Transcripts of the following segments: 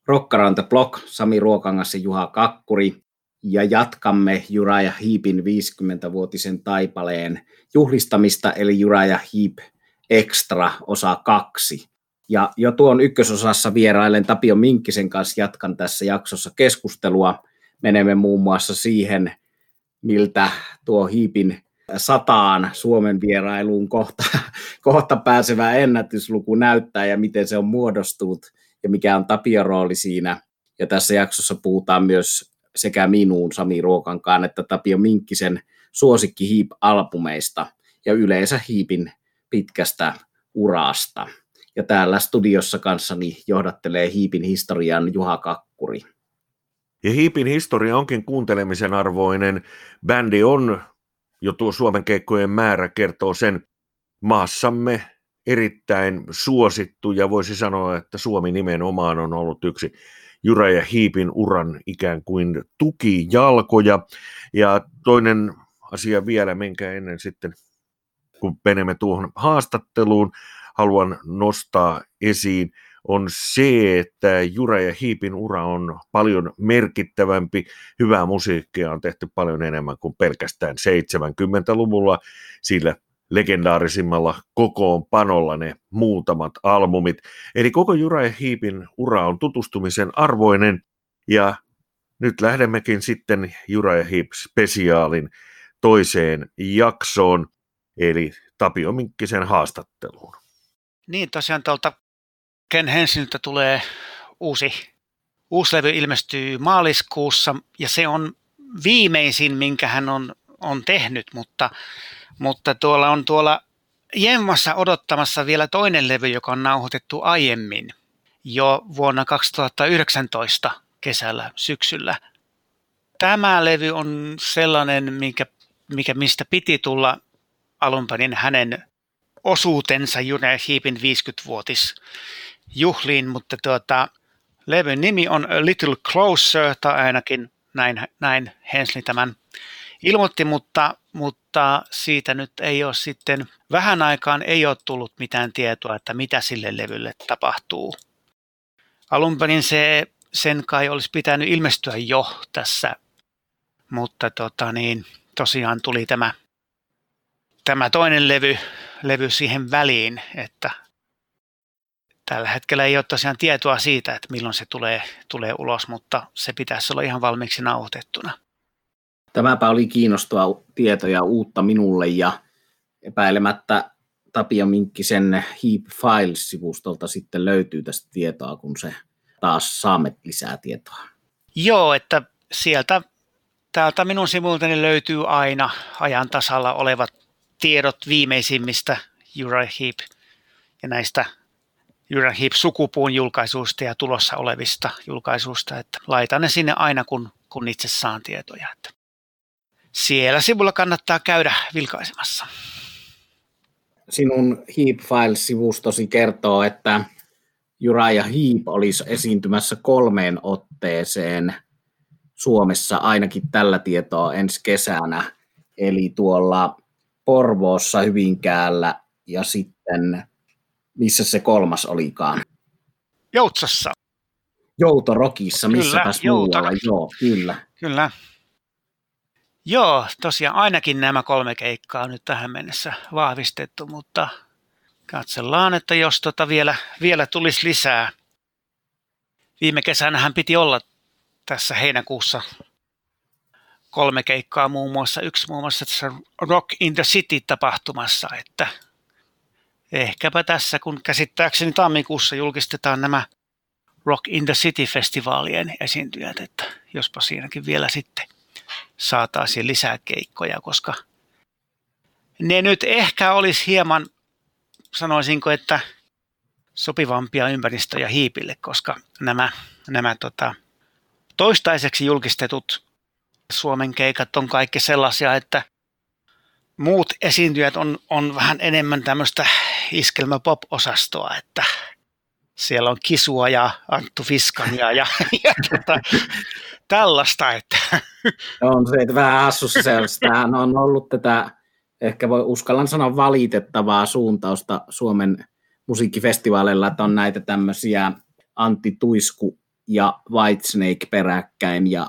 Rock Around the Block, Sami Ruokangas ja Juha Kakkuri. Ja jatkamme Uriah Heepin 50-vuotisen taipaleen juhlistamista, eli Uriah Heep Extra osa 2. Ja jo tuon ykkösosassa vierailen Tapio Minkkisen kanssa, jatkan tässä jaksossa keskustelua. Menemme muun muassa siihen, miltä tuo Heepin 100 Suomen vierailuun kohta pääsevä ennätysluku näyttää ja miten se on muodostunut ja mikä on Tapion rooli siinä. Ja tässä jaksossa puhutaan myös sekä minuun Sami Ruokankaan että Tapio Minkkisen suosikki Heep-albumeista ja yleensä Heepin pitkästä urasta. Ja täällä studiossa kanssani johdattelee Heepin historian Juha Kakkuri. Ja Heepin historia onkin kuuntelemisen arvoinen. Bändi on, jo tuo Suomen keikkojen määrä kertoo sen, maassamme erittäin suosittu, ja voisi sanoa, että Suomi nimenomaan on ollut yksi Uriah Heepin uran ikään kuin tukijalkoja. Ja toinen asia vielä, minkä ennen sitten, kun menemme tuohon haastatteluun, haluan nostaa esiin, on se, että Uriah Heepin ura on paljon merkittävämpi. Hyvää musiikkia on tehty paljon enemmän kuin pelkästään 70-luvulla, sillä legendaarisimmalla kokoonpanolla ne muutamat albumit. Eli koko Uriah Heepin ura on tutustumisen arvoinen, ja nyt lähdemmekin sitten Uriah Heep-spesiaalin toiseen jaksoon, eli Tapio Minkkisen haastatteluun. Niin, tosiaan tuolta Ken Hensliltä tulee uusi levy, ilmestyy maaliskuussa, ja se on viimeisin, minkä hän on tehnyt, mutta tuolla jemmassa odottamassa vielä toinen levy, joka on nauhoitettu aiemmin, jo vuonna 2019 kesällä, syksyllä. Tämä levy on sellainen, mistä piti tulla alun perin hänen osuutensa Uriah Heepin 50-vuotisjuhliin, mutta levyn nimi on A Little Closer, tai ainakin näin Hensley tämän ilmoitti, mutta siitä nyt ei ole sitten, vähän aikaan ei ole tullut mitään tietoa, että mitä sille levylle tapahtuu. Alun perin sen kai olisi pitänyt ilmestyä jo tässä, mutta tosiaan tuli tämä toinen levy siihen väliin, että tällä hetkellä ei ole tosiaan tietoa siitä, että milloin se tulee ulos, mutta se pitäisi olla ihan valmiiksi nauhoitettuna. Tämäpä oli kiinnostava tieto ja uutta minulle, ja epäilemättä Tapio Minkkisen Heep Files-sivustolta sitten löytyy tästä tietoa, kun se taas saamme lisää tietoa. Joo, että täältä minun sivultani löytyy aina ajan tasalla olevat tiedot viimeisimmistä Uriah Heep ja näistä Uriah Heep-sukupuun julkaisuista ja tulossa olevista julkaisuista, että laitan ne sinne aina, kun itse saan tietoja. Että siellä sivulla kannattaa käydä vilkaisemassa. Sinun Heep Files-sivustosi kertoo, että Uriah Heep olisi esiintymässä 3 otteeseen Suomessa ainakin tällä tietoa ensi kesänä, eli tuolla Porvoossa, Hyvinkäällä ja sitten, missä se 3. olikaan? Joutsassa. Joutorokissa, missäpäs muualla. Joo, kyllä. Kyllä. Joo, tosiaan ainakin nämä 3 keikkaa on nyt tähän mennessä vahvistettu, mutta katsellaan, että jos vielä tulisi lisää. Viime kesänähän piti olla tässä heinäkuussa 3 keikkaa, yksi muun muassa tässä Rock in the City-tapahtumassa, että ehkäpä tässä, kun käsittääkseni tammikuussa julkistetaan nämä Rock in the City-festivaalien esiintyjät, että jospa siinäkin vielä sitten saataisiin lisää keikkoja, koska ne nyt ehkä olisi hieman, sanoisinko, että sopivampia ympäristöjä Heepille, koska nämä toistaiseksi julkistetut Suomen keikat on kaikki sellaisia, että muut esiintyjät on vähän enemmän tämmöistä iskelmä-pop-osastoa, että siellä on Kisua ja Anttu Fiskania ja tällaista. Että. On se, että vähän hassussa tämähän on ollut tätä, ehkä uskallan sanoa valitettavaa suuntausta Suomen musiikkifestivaaleilla, että on näitä tämmöisiä Antti Tuisku ja Whitesnake peräkkäin ja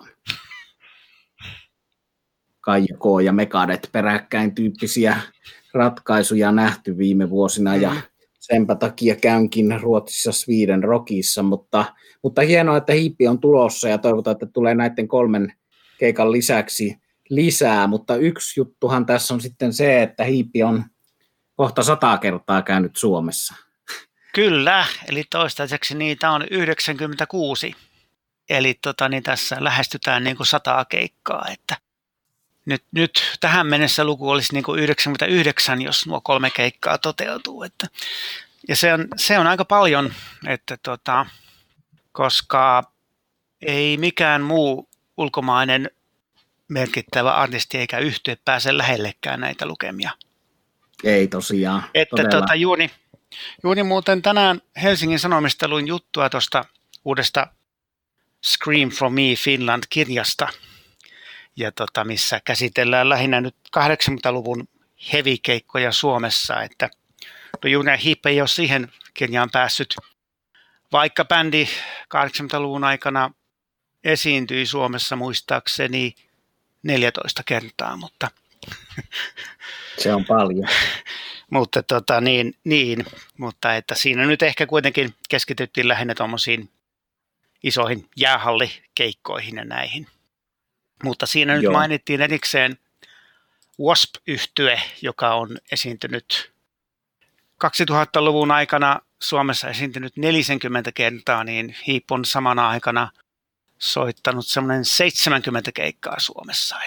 Kaija K ja Megadeth peräkkäin tyyppisiä ratkaisuja nähty viime vuosina ja senpä takia käynkin Ruotsissa Sweden Rockissa, mutta hienoa, että Hiippi on tulossa ja toivotaan, että tulee näiden 3 keikan lisäksi lisää, mutta yksi juttuhan tässä on sitten se, että Hiippi on kohta 100 kertaa käynyt Suomessa. Kyllä, eli toistaiseksi niitä on 96, eli niin tässä lähestytään niin kuin 100 keikkaa, että nyt tähän mennessä luku olisi niin kuin 99, jos nuo 3 keikkaa toteutuu. Ja se on aika paljon, että koska ei mikään muu ulkomainen merkittävä artisti eikä yhtye pääse lähellekään näitä lukemia. Ei tosiaan. Että juuri muuten tänään Helsingin Sanomista luin juttua tuosta uudesta Scream from Me Finland-kirjasta, ja missä käsitellään lähinnä nyt 80-luvun heavy-keikkoja Suomessa, että Junior Heep ei ole siihen kirjaan päässyt, vaikka bändi 80-luvun aikana esiintyi Suomessa muistaakseni 14 kertaa, mutta se on paljon. mutta mutta että siinä nyt ehkä kuitenkin keskityttiin lähinnä tuommoisiin isoihin jäähallikeikkoihin ja näihin. Mutta siinä nyt mainittiin erikseen Wasp-yhtye, joka on esiintynyt 2000-luvun aikana Suomessa esiintynyt 40 kertaa, niin Heap on samana aikana soittanut semmoinen 70 keikkaa Suomessa.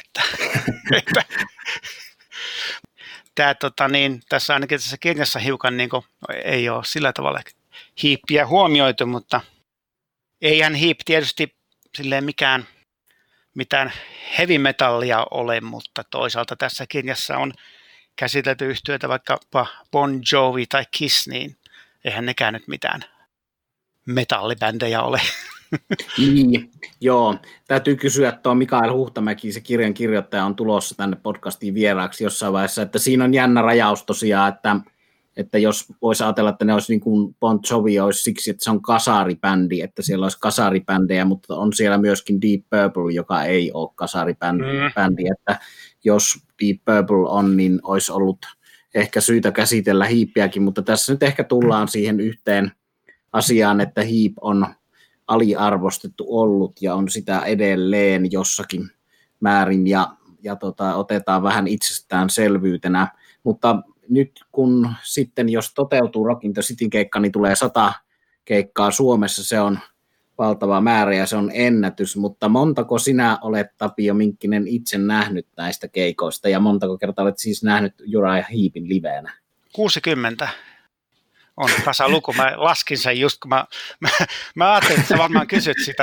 Tässä ainakin tässä kirjassa hiukan niin kuin, ei ole sillä tavalla Heapia huomioitu, mutta eihän Heap tietysti silleen mitään heavy metallia ole, mutta toisaalta tässä kirjassa on käsitelty yhtyeitä vaikkapa Bon Jovi tai Kiss, niin eihän nekään nyt mitään metallibändejä ole. Niin, joo. Täytyy kysyä, että Mikael Huhtamäki, se kirjan kirjoittaja, on tulossa tänne podcastiin vieraaksi jossain vaiheessa, että siinä on jännä rajaus tosiaan, että jos voisi ajatella, että ne olisi niin kuin Bon Jovi olisi siksi, että se on kasaribändi, että siellä olisi kasaribändejä, mutta on siellä myöskin Deep Purple, joka ei ole kasaribändi, että jos Deep Purple on, niin olisi ollut ehkä syytä käsitellä Heapiäkin, mutta tässä nyt ehkä tullaan siihen yhteen asiaan, että Heap on aliarvostettu ollut ja on sitä edelleen jossakin määrin ja otetaan vähän itsestäänselvyytenä, mutta nyt kun sitten, jos toteutuu Rock in the Cityn keikka, niin tulee 100 keikkaa Suomessa, se on valtava määrä ja se on ennätys, mutta montako sinä olet, Tapio Minkkinen, itse nähnyt näistä keikoista ja montako kertaa olet siis nähnyt Uriah Heepin liveenä? 60 on tasaluku. Mä laskin sen just, kun mä ajattelin, että sä varmaan kysyt sitä.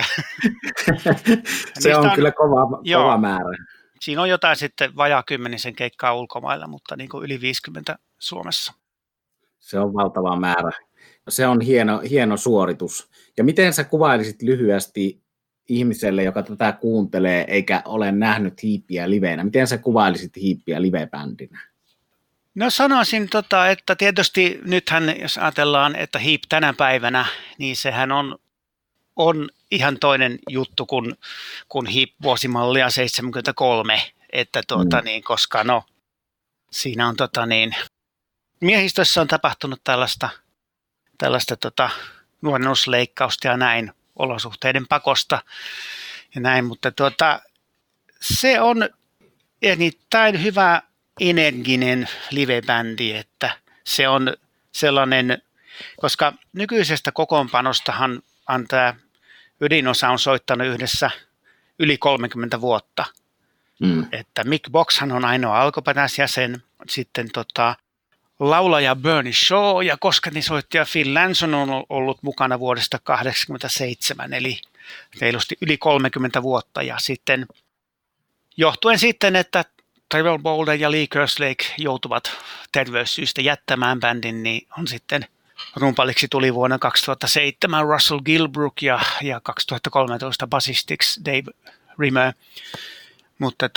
Se on kyllä kova määrä. Siinä on jotain sitten vajaa 10 keikkaa ulkomailla, mutta niin kuin yli 50 Suomessa. Se on valtava määrä. Se on hieno suoritus. Ja miten sä kuvailisit lyhyesti ihmiselle, joka tätä kuuntelee eikä ole nähnyt Heapia liveenä, miten sä kuvailisit Heapia livebändinä? No sanoisin, että tietysti nythän, jos ajatellaan, että Heap tänä päivänä, niin sehän on ihan toinen juttu kuin Heap vuosimallia 73, että koska siinä on miehistössä on tapahtunut tällaista nuorennusleikkausta ja näin olosuhteiden pakosta ja näin, mutta se on erittäin hyvä energinen livebändi, että se on sellainen, koska nykyisestä kokoonpanostahan tämä ydinosa on soittanut yhdessä yli 30 vuotta. Että Mick Boxhan on ainoa alkuperäisjäsen, sitten laulaja Bernie Shaw ja koskanisoittaja Phil Lanson on ollut mukana vuodesta 1987, eli reilusti yli 30 vuotta. Ja sitten johtuen sitten, että Trevor Bolder ja Lee Kerslake joutuvat terveyssyistä jättämään bändin, niin on sitten rumpaliksi tuli vuonna 2007 Russell Gilbrook ja 2013 basistiksi Dave Rimmer. Mutta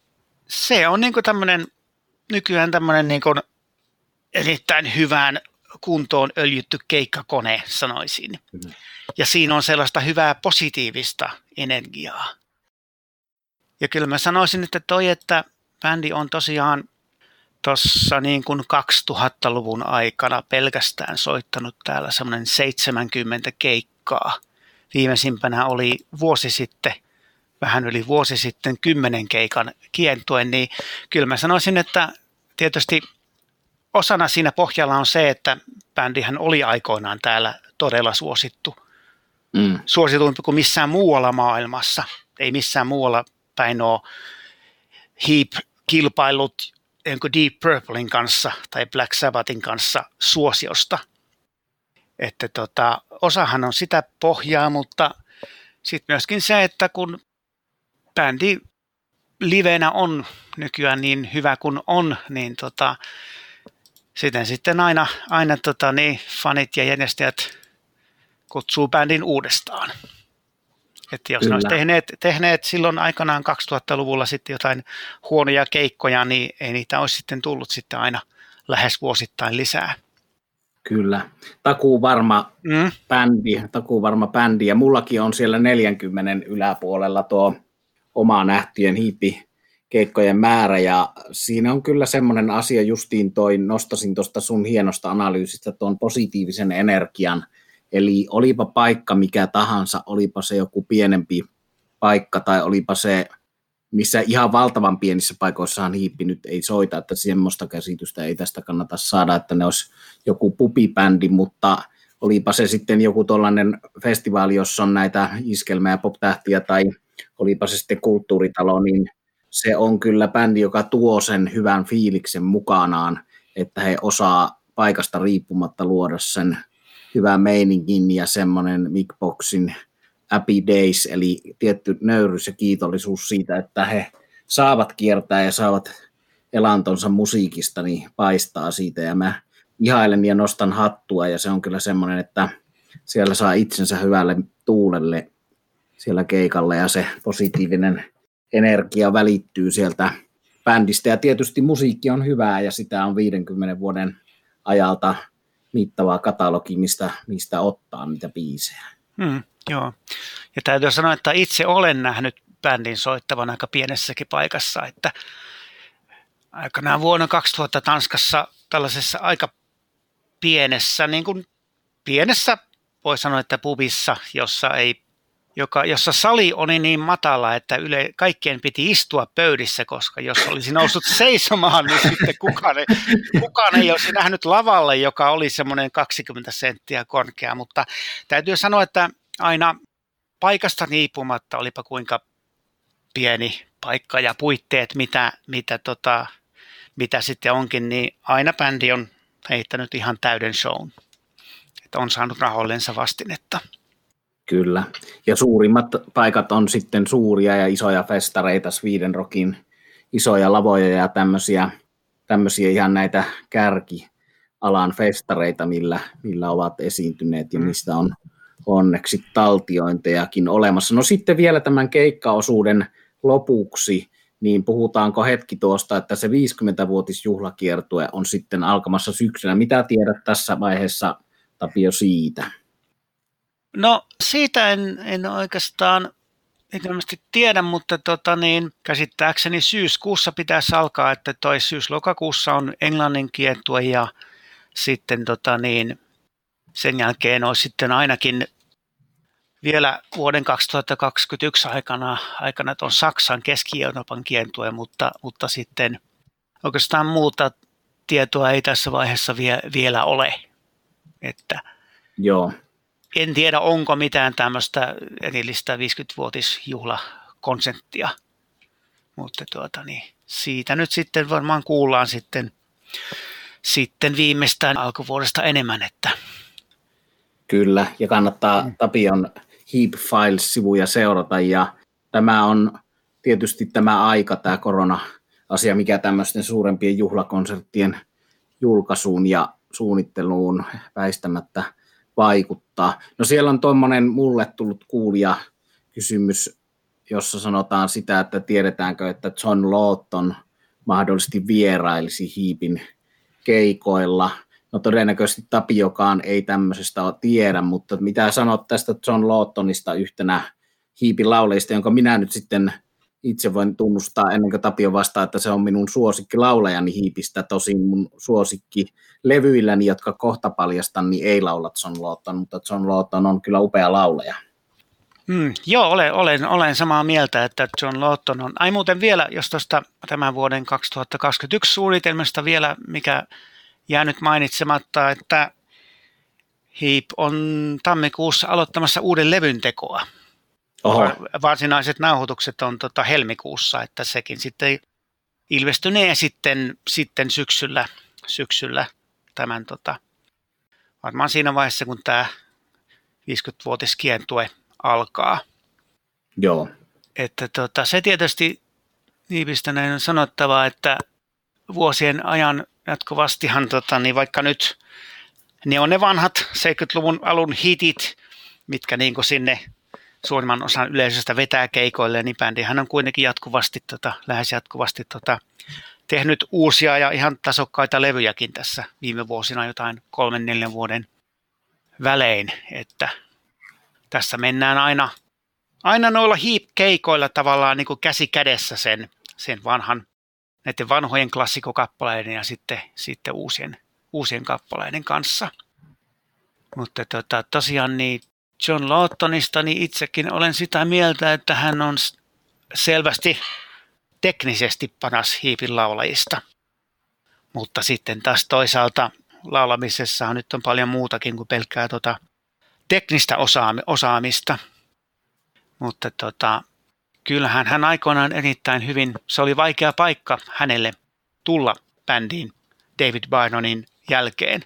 se on niinku nykyään tämmöinen niinku erittäin hyvään kuntoon öljytty keikkakone, sanoisin. Ja siinä on sellaista hyvää positiivista energiaa. Ja kyllä mä sanoisin, että bändi on tosiaan tuossa niin kuin 2000-luvun aikana pelkästään soittanut täällä semmoinen 70 keikkaa. Viimeisimpänä oli vähän yli vuosi sitten 10 keikan kiertuen, niin kyllä mä sanoisin, että tietysti osana siinä pohjalla on se, että bändihän oli aikoinaan täällä todella suosittu. Suositumpi kuin missään muualla maailmassa. Ei missään muualla päin ole Heap-kilpailut Deep Purplein kanssa tai Black Sabbathin kanssa suosiosta. Että osahan on sitä pohjaa, mutta sitten myöskin se, että kun bändi livenä on nykyään niin hyvä kuin on, niin sitten aina fanit ja järjestäjät kutsuu bändin uudestaan. Että jos ne olisi tehneet silloin aikanaan 2000-luvulla sitten jotain huonoja keikkoja, niin ei niitä olisi sitten tullut sitten aina lähes vuosittain lisää. Kyllä. Takuu varma bändi. Ja mullakin on siellä 40 yläpuolella tuo oma nähtyjen hiippikeikkojen määrä. Ja siinä on kyllä semmoinen asia justiin nostasin tuosta sun hienosta analyysistä tuon positiivisen energian. Eli olipa paikka mikä tahansa, olipa se joku pienempi paikka tai olipa se, missä ihan valtavan pienissä paikoissahan hiippi nyt ei soita, että semmoista käsitystä ei tästä kannata saada, että ne olisi joku pupibändi, mutta olipa se sitten joku tollainen festivaali, jossa on näitä iskelmä- ja pop-tähtiä tai olipa se sitten kulttuuritalo, niin se on kyllä bändi, joka tuo sen hyvän fiiliksen mukanaan, että he osaa paikasta riippumatta luoda sen hyvän meininkin ja semmoinen Mickboxin Happy Days, eli tietty nöyryys ja kiitollisuus siitä, että he saavat kiertää ja saavat elantonsa musiikista, niin paistaa siitä. Ja mä ihailen ja nostan hattua, ja se on kyllä semmoinen, että siellä saa itsensä hyvälle tuulelle siellä keikalla, ja se positiivinen energia välittyy sieltä bändistä. Ja tietysti musiikki on hyvää, ja sitä on 50 vuoden ajalta mittavaa katalogi, mistä ottaa niitä biisejä. Joo. Ja täytyy sanoa, että itse olen nähnyt bändin soittavan aika pienessäkin paikassa, että aikanaan vuonna 2000 Tanskassa tällaisessa aika pienessä, voi sanoa, että pubissa, jossa sali oli niin matala, että kaikkien piti istua pöydissä, koska jos olisi noussut seisomaan, niin sitten kukaan ei olisi nähnyt lavalle, joka oli semmoinen 20 senttiä korkea, mutta täytyy sanoa, että aina paikasta riippumatta, olipa kuinka pieni paikka ja puitteet, mitä sitten onkin, niin aina bändi on heittänyt ihan täyden shown, että on saanut rahoillensa vastinetta. Kyllä, ja suurimmat paikat on sitten suuria ja isoja festareita, Sweden Rockin isoja lavoja ja tämmöisiä ihan näitä kärkialan festareita, millä ovat esiintyneet ja mistä on onneksi taltiointejakin olemassa. No sitten vielä tämän keikkaosuuden lopuksi, niin puhutaanko hetki tuosta, että se 50-vuotisjuhlakiertue on sitten alkamassa syksyllä. Mitä tiedät tässä vaiheessa, Tapio, siitä? No siitä en oikeastaan ilmeisesti tiedä, mutta käsittääkseni syyskuussa pitäisi alkaa, että toi syys-lokakuussa on englannin kiertue ja sitten sen jälkeen olisi sitten ainakin vielä vuoden 2021 aikana tuon Saksan Keski-Euroopan kiertue, mutta sitten oikeastaan muuta tietoa ei tässä vaiheessa vielä ole. Että joo. En tiedä, onko mitään tämmöistä erillistä 50-vuotisjuhlakonseptia, mutta siitä nyt sitten varmaan kuullaan sitten viimeistään alkuvuodesta enemmän. Että. Kyllä, ja kannattaa Tapion Heap Files-sivuja seurata, ja tämä on tietysti tämä aika, tämä korona-asia, mikä tämmöisten suurempien juhlakonserttien julkaisuun ja suunnitteluun väistämättä vaikuttaa. No siellä on tuommoinen mulle tullut kuulijakysymys, jossa sanotaan sitä, että tiedetäänkö, että John Lawton mahdollisesti vierailisi Heapin keikoilla. No todennäköisesti Tapiokaan ei tämmöisestä tiedä, mutta mitä sanot tästä John Lawtonista yhtenä Heapin lauleista, jonka minä nyt sitten itse voin tunnustaa ennen kuin Tapio vastaa, että se on minun suosikkilaulajani Heapistä, tosin mun suosikkilevyilläni, jotka kohta paljastan, niin ei laula John Lawton, mutta John Lawton on kyllä upea laulaja. Joo, olen samaa mieltä, että John Lawton on. Ai muuten vielä, jos tuosta tämän vuoden 2021 suunnitelmasta vielä, mikä jää nyt mainitsematta, että Heap on tammikuussa aloittamassa uuden levyn tekoa. Oho. Varsinaiset nauhoitukset on helmikuussa, että sekin sitten ilmestynee sitten syksyllä tämän varmaan siinä vaiheessa, kun tämä 50-vuotiskiertue alkaa. Joo. Että se tietysti Heapistä näin on sanottava, että vuosien ajan jatkuvastihan niin vaikka nyt ne on ne vanhat 70-luvun alun hitit, mitkä niin kuin sinne suurimman osan yleisöstä vetää keikoille, niin bändihän on kuitenkin lähes jatkuvasti tehnyt uusia ja ihan tasokkaita levyjäkin tässä viime vuosina jotain 3-4 vuoden välein, että tässä mennään aina noilla Heap-keikoilla tavallaan niin kuin käsi kädessä sen näiden vanhojen klassikokappaleiden ja sitten uusien kappaleiden kanssa. Mutta tosiaan niin John Lawtonista niin itsekin olen sitä mieltä, että hän on selvästi teknisesti paras Heapin laulajista. Mutta sitten taas toisaalta laulamisessa nyt on paljon muutakin kuin pelkkää teknistä osaamista. Mutta kyllähän hän aikoinaan erittäin hyvin, se oli vaikea paikka hänelle tulla bändiin David Byronin jälkeen,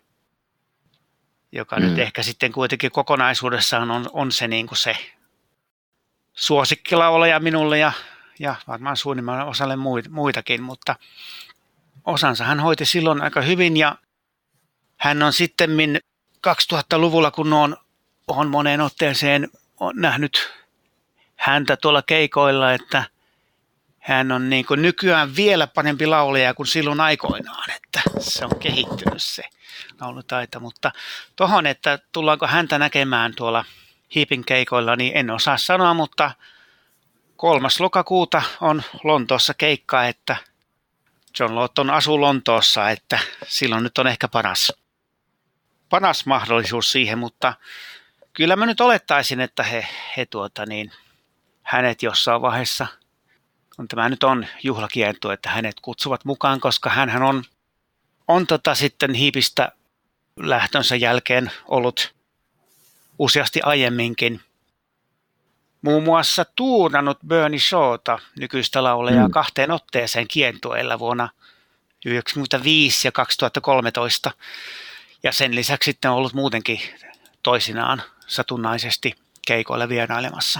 joka nyt ehkä sitten kuitenkin kokonaisuudessaan on se, niin kuin se suosikkilaulaja minulle ja varmaan suurimmalle osalle muitakin, mutta osansa hän hoiti silloin aika hyvin ja hän on sitten 2000-luvulla, kun on moneen otteeseen nähnyt häntä tuolla keikoilla, että hän on niin kuin nykyään vielä parempi laulaja kuin silloin aikoinaan, että se on kehittynyt se laulutaito, mutta tohon, että tullaanko häntä näkemään tuolla Heapin keikoilla, niin en osaa sanoa, mutta 3. lokakuuta on Lontoossa keikka, että John Lawton asuu Lontoossa, että silloin nyt on ehkä paras mahdollisuus siihen, mutta kyllä mä nyt olettaisin, että he hänet jossain vaiheessa, kun tämä nyt on juhlakiertue, että hänet kutsuvat mukaan, koska hänhän on sitten Heapistä lähtönsä jälkeen ollut useasti aiemminkin muun muassa tuurannut Bernie Shawta, nykyistä laulajaa, 2 otteeseen kiertueella vuonna 1995 ja 2013. Ja sen lisäksi sitten on ollut muutenkin toisinaan satunnaisesti keikoilla vierailemassa.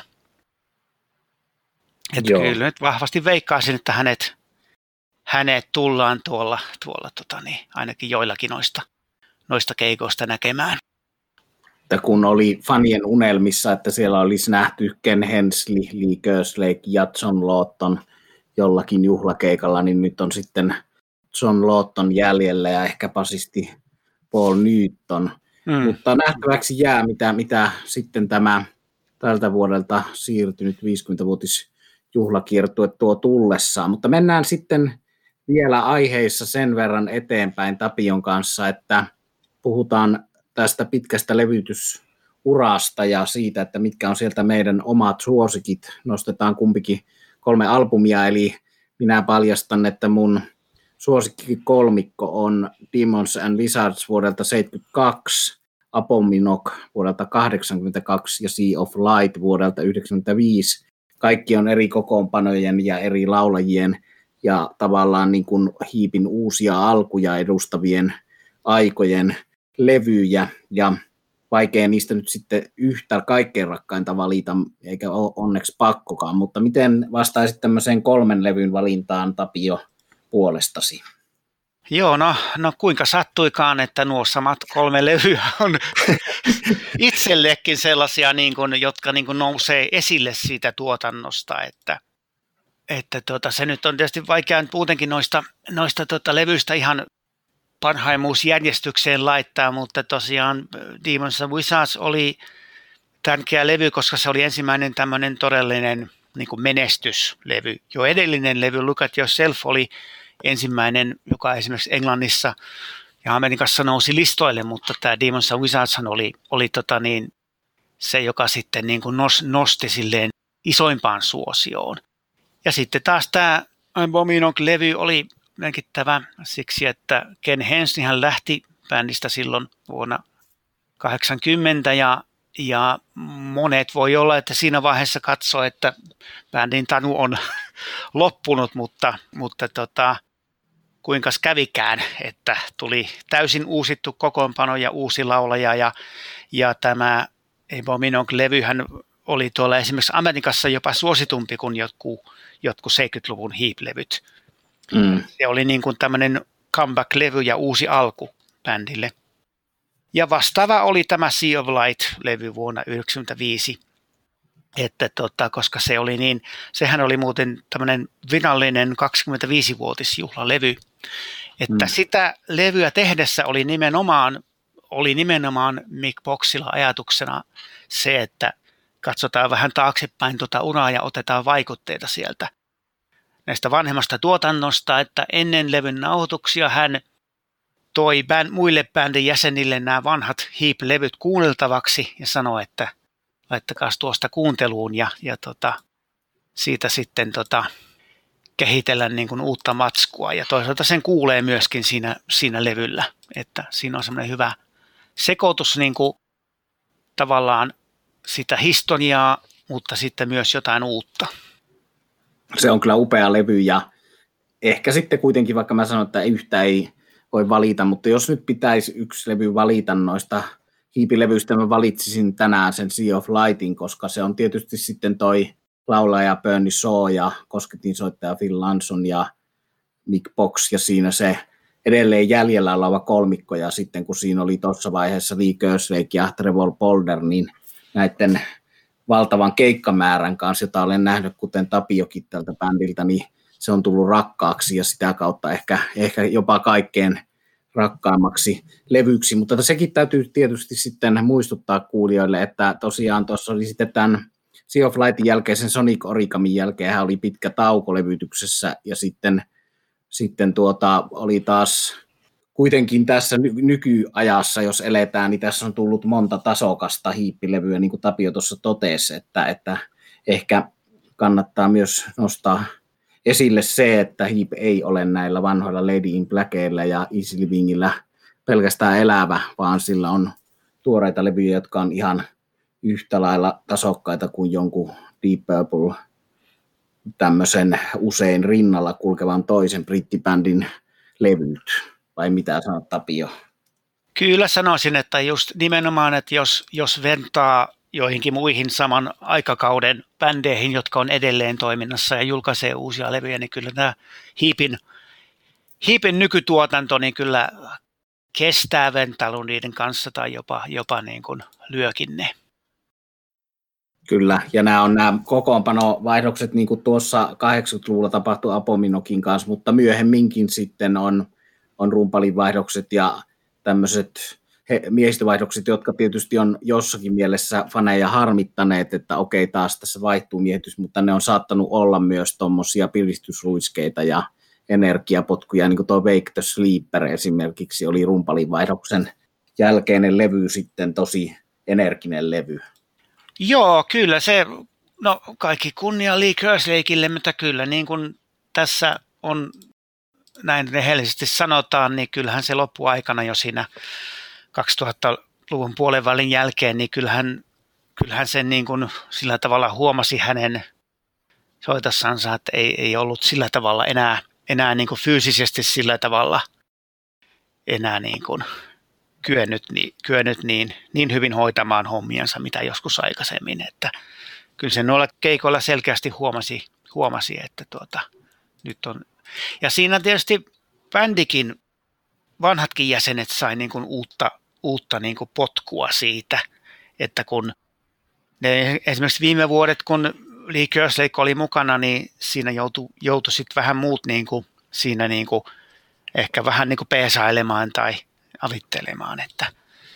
Että kyllä nyt vahvasti veikkaisin, että hänet tullaan tuolla ainakin joillakin noista keikoista näkemään. Että kun oli fanien unelmissa, että siellä olisi nähty Ken Hensley, Lee Kerslake ja John Lawton jollakin juhlakeikalla, niin nyt on sitten John Lawton jäljellä ja ehkä basisti Paul Newton. Mutta nähtäväksi jää, mitä sitten tämä tältä vuodelta siirtynyt 50-vuotisjuhlakiertue tuo tullessaan. Mutta mennään sitten vielä aiheissa sen verran eteenpäin Tapion kanssa, että puhutaan tästä pitkästä levytysurasta ja siitä, että mitkä on sieltä meidän omat suosikit. Nostetaan kumpikin 3 albumia, eli minä paljastan, että mun suosikkikolmikko on Demons and Lizards vuodelta 1972, Apominoc vuodelta 1982 ja Sea of Light vuodelta 1995. Kaikki on eri kokoonpanojen ja eri laulajien ja tavallaan niin kuin Heapin uusia alkuja edustavien aikojen levyjä, ja vaikea niistä nyt sitten yhtä kaikkein rakkainta valita, eikä ole onneksi pakkokaan, mutta miten vastaisit tämmöiseen 3 levyn valintaan, Tapio, puolestasi? Joo, no kuinka sattuikaan, että nuo samat 3 levyä on itsellekin sellaisia, niin kuin, jotka niin kuin nousee esille siitä tuotannosta, että se nyt on tietysti vaikea muutenkin noista levyistä ihan parhaimuusjärjestykseen laittaa, mutta tosiaan Demons and Wizards oli tärkeä levy, koska se oli ensimmäinen tämmöinen todellinen niin kuin menestyslevy. Jo edellinen levy Look at Yourself oli ensimmäinen, joka esimerkiksi Englannissa ja Amerikassa nousi listoille, mutta tämä Demons and Wizards oli se, joka sitten niin kuin nosti silleen isoimpaan suosioon. Ja sitten taas tämä Abominok-levy oli merkittävä siksi, että Ken Hensley hän lähti bändistä silloin vuonna 1980 ja monet voi olla, että siinä vaiheessa katsoo, että bändin tanu on loppunut, mutta kuinka kävikään, että tuli täysin uusittu kokoonpano ja uusi laulaja ja tämä Abominok-levyhän oli tuolla esimerkiksi Amerikassa jopa suositumpi kuin jotkut 70-luvun Heap-levyt. Se oli niin kuin tämmöinen comeback-levy ja uusi alku bändille. Ja vastaava oli tämä Sea of Light-levy vuonna 1995, että koska sehän oli muuten tämmöinen virallinen 25-vuotisjuhlalevy, että sitä levyä tehdessä oli nimenomaan Mick Boxilla ajatuksena se, että katsotaan vähän taaksepäin uraa ja otetaan vaikutteita sieltä näistä vanhemmasta tuotannosta, että ennen levyn nauhoituksia hän toi muille bändin jäsenille nämä vanhat Heap-levyt kuunneltavaksi ja sanoi, että laittakaa tuosta kuunteluun ja siitä sitten kehitellä niin kuin uutta matskua. Ja toisaalta sen kuulee myöskin siinä levyllä, että siinä on semmoinen hyvä sekoitus niin kuin tavallaan sitä historiaa, mutta sitten myös jotain uutta. Se on kyllä upea levy ja ehkä sitten kuitenkin, vaikka mä sanon, että yhtä ei voi valita, mutta jos nyt pitäisi yksi levy valita noista Heap-levyistä, mä valitsisin tänään sen Sea of Lightin, koska se on tietysti sitten toi laulaja Bernie Shaw ja kosketinsoittaja Phil Lanson ja Mick Box ja siinä se edelleen jäljellä oleva kolmikko ja sitten kun siinä oli tuossa vaiheessa Lee Kerslake ja Trevor Bolder, niin näiden valtavan keikkamäärän kanssa, jota olen nähnyt, kuten Tapiokin tältä bändiltä, niin se on tullut rakkaaksi ja sitä kautta ehkä jopa kaikkein rakkaammaksi levyksi. Mutta sekin täytyy tietysti sitten muistuttaa kuulijoille, että tosiaan tuossa oli sitten tämän Sea of Lightin jälkeen, sen Sonic Origamin jälkeen hän oli pitkä tauko levytyksessä ja sitten oli taas kuitenkin tässä nykyajassa, jos eletään, niin tässä on tullut monta tasokasta hiippilevyä, niin kuin Tapio tuossa totesi, että ehkä kannattaa myös nostaa esille se, että Heap ei ole näillä vanhoilla Lady in Blackilla ja Easy Livingillä pelkästään elävä, vaan sillä on tuoreita levyjä, jotka on ihan yhtä lailla tasokkaita kuin jonkun Deep Purple tämmöisen usein rinnalla kulkevan toisen brittibändin levyt. Vai mitä sanot, Tapio? Kyllä sanoisin, että just nimenomaan, että jos vertaa joihinkin muihin saman aikakauden bändeihin, jotka on edelleen toiminnassa ja julkaisee uusia levyjä, niin kyllä tämä Heapin nykytuotanto niin kyllä kestää vertailun niiden kanssa tai jopa niin kuin lyökin ne. Kyllä, ja nämä on nämä kokoonpanovaihdokset, niin kuin tuossa 80-luvulla tapahtui Apominokin kanssa, mutta myöhemminkin sitten on rumpalivaihdokset ja tämmöiset miehistövaihdokset, jotka tietysti on jossakin mielessä faneja harmittaneet, että okei, taas tässä vaihtuu miehitys, mutta ne on saattanut olla myös tuommoisia piristysruiskeita ja energiapotkuja, niin kuin tuo Wake the Sleeper esimerkiksi oli rumpalivaihdoksen jälkeinen levy sitten tosi energinen levy. Joo, kyllä se, no kaikki kunnia Lee Kerslakeille, mutta kyllä niin kuin tässä on näin rehellisesti sanotaan, niin kyllähän se loppuaikana jo siinä 2000-luvun puolenvälin jälkeen, niin kyllähän sen niin kuin sillä tavalla huomasi hänen soitossansa, että ei ollut sillä tavalla enää niin kuin fyysisesti sillä tavalla enää niin kuin kyennyt niin hyvin hoitamaan hommiansa, mitä joskus aikaisemmin, että kyllä se noilla keikoilla selkeästi huomasi että nyt on. Ja siinä tietysti bändikin, vanhatkin jäsenet sai niin kuin uutta niin kuin potkua siitä, että kun ne esimerkiksi viime vuodet, kun Lee Kerslake oli mukana, niin siinä joutui sitten vähän muut niin kuin siinä niin kuin ehkä vähän niin kuin peesailemaan tai avittelemaan, että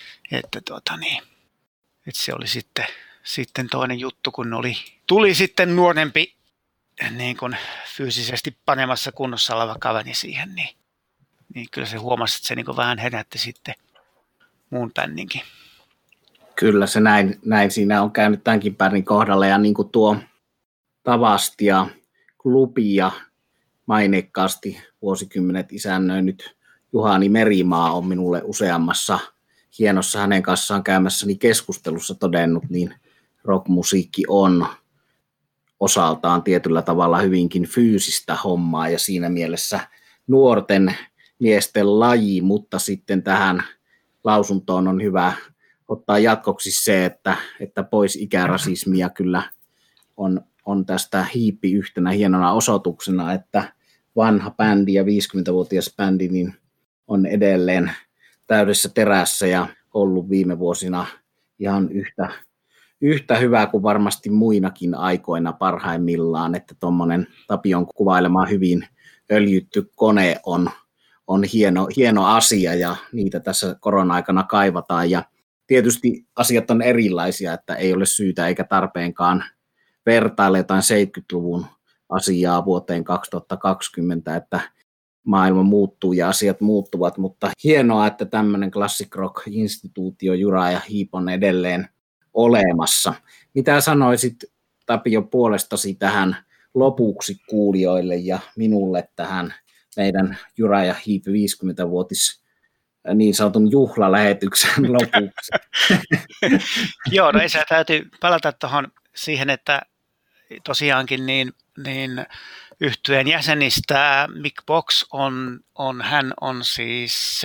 se oli sitten toinen juttu, kun tuli sitten nuorempi niin kuin fyysisesti panemassa kunnossa oleva kaveri siihen, niin kyllä se huomasi, että se niin kuin vähän herätti sitten muun bändinkin. Kyllä se näin siinä on käynyt tämänkin bändin kohdalla, ja niin kuin tuo Tavastia klubia maineikkaasti vuosikymmenet isännöinyt Juhani Merimaa on minulle useammassa hienossa hänen kanssaan käymässäni keskustelussa todennut, niin rockmusiikki on osaltaan tietyllä tavalla hyvinkin fyysistä hommaa ja siinä mielessä nuorten miesten laji, mutta sitten tähän lausuntoon on hyvä ottaa jatkoksi se, että pois ikärasismia kyllä on tästä Heap yhtenä hienona osoituksena, että vanha bändi ja 50-vuotias bändi niin on edelleen täydessä terässä ja ollut viime vuosina ihan yhtä hyvä kuin varmasti muinakin aikoina parhaimmillaan, että tuommoinen Tapion kuvailema hyvin öljytty kone on hieno asia ja niitä tässä korona-aikana kaivataan ja tietysti asiat on erilaisia, että ei ole syytä eikä tarpeenkaan vertailla jotain 70-luvun asiaa vuoteen 2020, että maailma muuttuu ja asiat muuttuvat, mutta hienoa, että tämmöinen classic rock-instituutio Uriah Heep on edelleen olemassa. Mitä sanoisit, Tapio, puolestasi tähän lopuksi kuulijoille ja minulle tähän meidän Uriah Heep 50-vuotis niin sanotun juhlalähetyksen lopuksi? Joo, no se täytyy palata tuohon siihen, että tosiaankin niin yhtyeen jäsenistä Mick Box hän on siis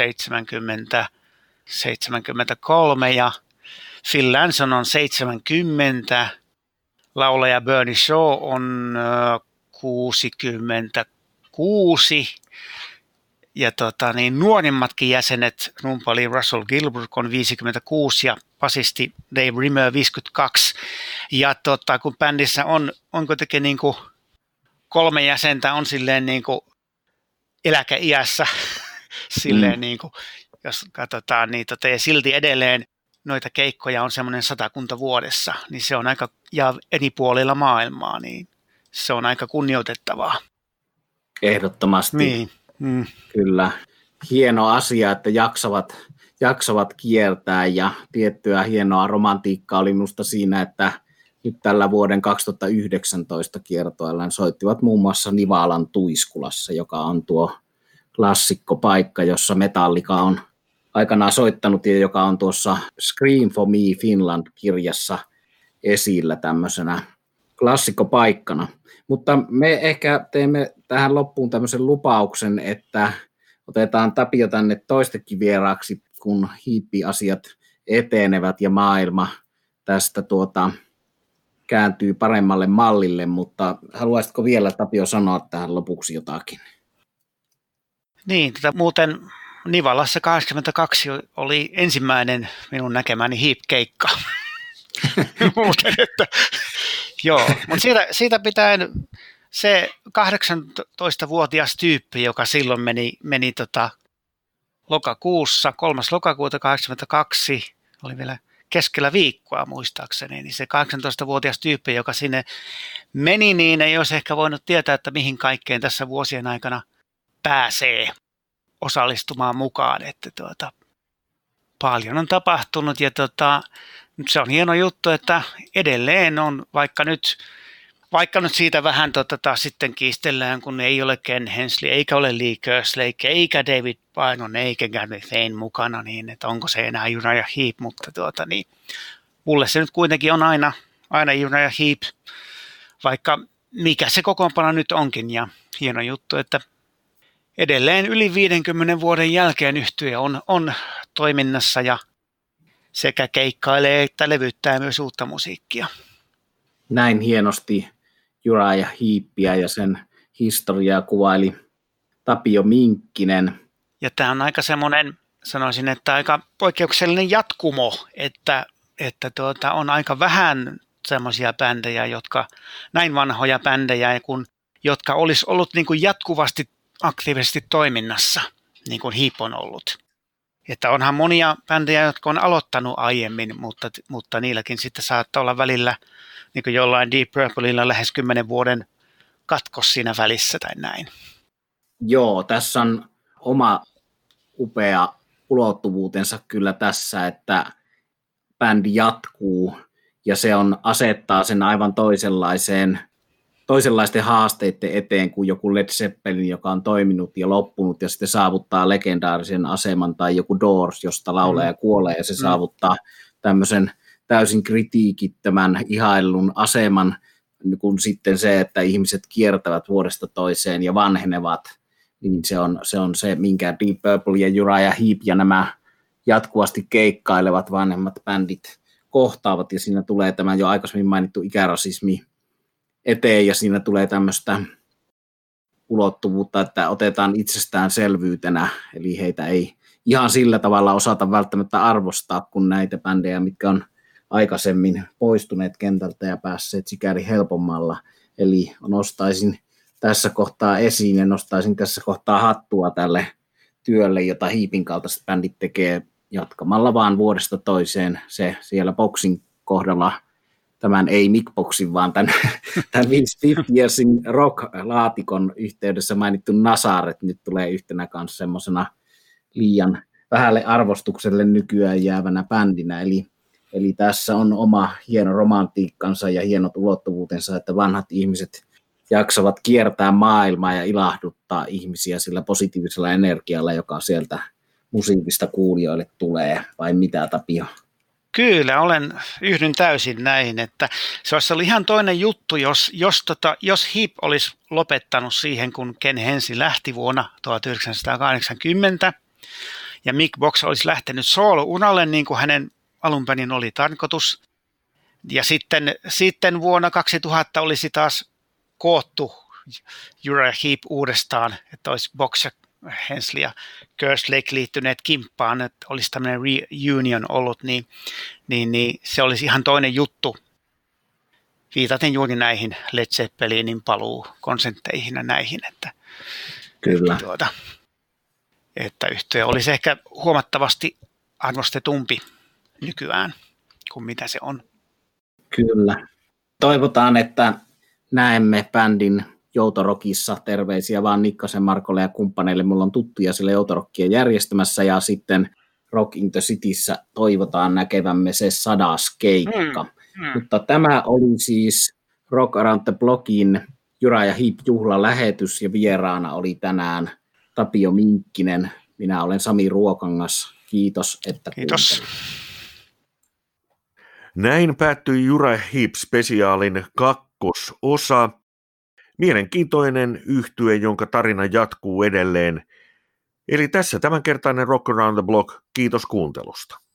73 ja Phil Lanson on 70, laulaja Bernie Shaw on 66 ja nuorimmatkin jäsenet, rumpali Russell Gilbert on 56 ja basisti Dave Rimmer 52. Ja kun bändissä on kuitenkin niin kuin 3 jäsentä on silleen niin kuin eläkeiässä, silleen niin kuin, jos katsotaan niin ja silti edelleen noita keikkoja on semmoinen 100 vuodessa, niin se on aika, ja eri puolilla maailmaa, niin se on aika kunnioitettavaa. Ehdottomasti. Niin. Kyllä. Hieno asia, että jaksavat kiertää ja tiettyä hienoa romantiikkaa oli minusta siinä, että nyt tällä vuoden 2019 kiertoilla soittivat muun muassa Nivalan Tuiskulassa, joka on tuo klassikkopaikka, jossa Metallica on aikanaan soittanut ja joka on tuossa Scream for Me Finland-kirjassa esillä tämmöisenä klassikkopaikkana. Mutta me ehkä teemme tähän loppuun tämmöisen lupauksen, että otetaan Tapio tänne toistekin vieraaksi, kun hiippiasiat etenevät ja maailma tästä kääntyy paremmalle mallille, mutta haluaisitko vielä, Tapio, sanoa tähän lopuksi jotakin? Niin, muuten Nivalassa 82 oli ensimmäinen minun näkemäni Heap-keikka. Muuten, että joo, mutta siitä pitäen se 18-vuotias tyyppi, joka silloin meni lokakuussa, 3. lokakuuta 82, oli vielä keskellä viikkoa muistaakseni, niin se 18-vuotias tyyppi, joka sinne meni, niin ei olisi ehkä voinut tietää, että mihin kaikkeen tässä vuosien aikana pääsee osallistumaan mukaan, että paljon on tapahtunut ja se on hieno juttu, että edelleen on, vaikka nyt siitä vähän taas sitten kiistellään, kun ei ole Ken Hensley, eikä ole Lee Kerslake, eikä David Byrne, eikä Gary Thane mukana, niin että onko se enää Uriah Heep, mutta niin mulle se nyt kuitenkin on aina Uriah Heep, vaikka mikä se kokoonpano nyt onkin, ja hieno juttu, että edelleen yli 50 vuoden jälkeen yhtye on toiminnassa ja sekä keikkailee että levyttää myös uutta musiikkia. Näin hienosti Uriah Heepia ja sen historiaa kuvaili Tapio Minkkinen. Ja tämä on aika semmoinen, sanoisin, että aika poikkeuksellinen jatkumo, että on aika vähän semmoisia bändejä, näin vanhoja bändejä, jotka olisi ollut niin kuin jatkuvasti aktiivisesti toiminnassa. niin kuin Heap on ollut. Että onhan monia bändejä, jotka on aloittanut aiemmin, mutta niilläkin sitten saattaa olla välillä niin kuin jollain Deep Purpleilla lähes 10 vuoden katkos siinä välissä tai näin. Joo, tässä on oma upea ulottuvuutensa kyllä tässä, että bändi jatkuu ja se asettaa sen aivan toisenlaisten haasteiden eteen kuin joku Led Zeppelin, joka on toiminut ja loppunut ja sitten saavuttaa legendaarisen aseman, tai joku Doors, josta laulaja kuolee ja se saavuttaa tämmöisen täysin kritiikittömän ihaillun aseman, kun sitten se, että ihmiset kiertävät vuodesta toiseen ja vanhenevat, niin se on se, minkä Deep Purple ja Uriah Heep ja nämä jatkuvasti keikkailevat vanhemmat bändit kohtaavat, ja siinä tulee tämä jo aikaisemmin mainittu ikärasismi eteen, ja siinä tulee tämmöistä ulottuvuutta, että otetaan itsestäänselvyytenä, eli heitä ei ihan sillä tavalla osata välttämättä arvostaa kuin näitä bändejä, mitkä on aikaisemmin poistuneet kentältä ja päässeet sikäli helpommalla. Eli nostaisin tässä kohtaa esiin ja nostaisin tässä kohtaa hattua tälle työlle, jota Heapin kaltaiset bändit tekee jatkamalla vaan vuodesta toiseen. Se siellä boxin kohdalla, tämän ei Mick-boxin, vaan tämän 5 Yearsin rock-laatikon yhteydessä mainittu Nazaret nyt tulee yhtenä kanssa semmoisena liian vähälle arvostukselle nykyään jäävänä bändinä. Eli tässä on oma hieno romantiikkansa ja hienot ulottuvuutensa, että vanhat ihmiset jaksavat kiertää maailmaa ja ilahduttaa ihmisiä sillä positiivisella energialla, joka sieltä musiikista kuulijoille tulee, vai mitä, Tapio? Kyllä, yhdyn täysin näihin, että se olisi ollut ihan toinen juttu, jos Heap olisi lopettanut siihen, kun Ken Hensley lähti vuonna 1980, ja Mick Box olisi lähtenyt soolo-unalle, niin kuin hänen alunperin oli tarkoitus, ja sitten vuonna 2000 olisi taas koottu Uriah Heep uudestaan, että olisi Box ja Hensley ja Kerslake liittyneet kimppaan, että olisi tämmöinen reunion ollut, niin se olisi ihan toinen juttu. Viitaten juuri näihin Led Zeppelinin paluukonsentteihin ja näihin, Kyllä. Että yhtye olisi ehkä huomattavasti arvostetumpi nykyään kuin mitä se on. Kyllä. Toivotaan, että näemme bändin Joutorokissa. Terveisiä vaan Nikkasen Markolle ja kumppaneille. Mulla on tuttuja sille Joutorokkia järjestämässä, ja sitten Rock in the Cityssä toivotaan näkevämme se 100. keikka. Mutta tämä oli siis Rock Around the Blockin Uriah Heep -juhlalähetys, ja vieraana oli tänään Tapio Minkkinen. Minä olen Sami Ruokangas. Kiitos, että Kiitos. Näin päättyi Uriah Heep-spesiaalin kakkososa. Mielenkiintoinen yhtye, jonka tarina jatkuu edelleen. Eli tässä tämänkertainen Rock Around the Block. Kiitos kuuntelusta.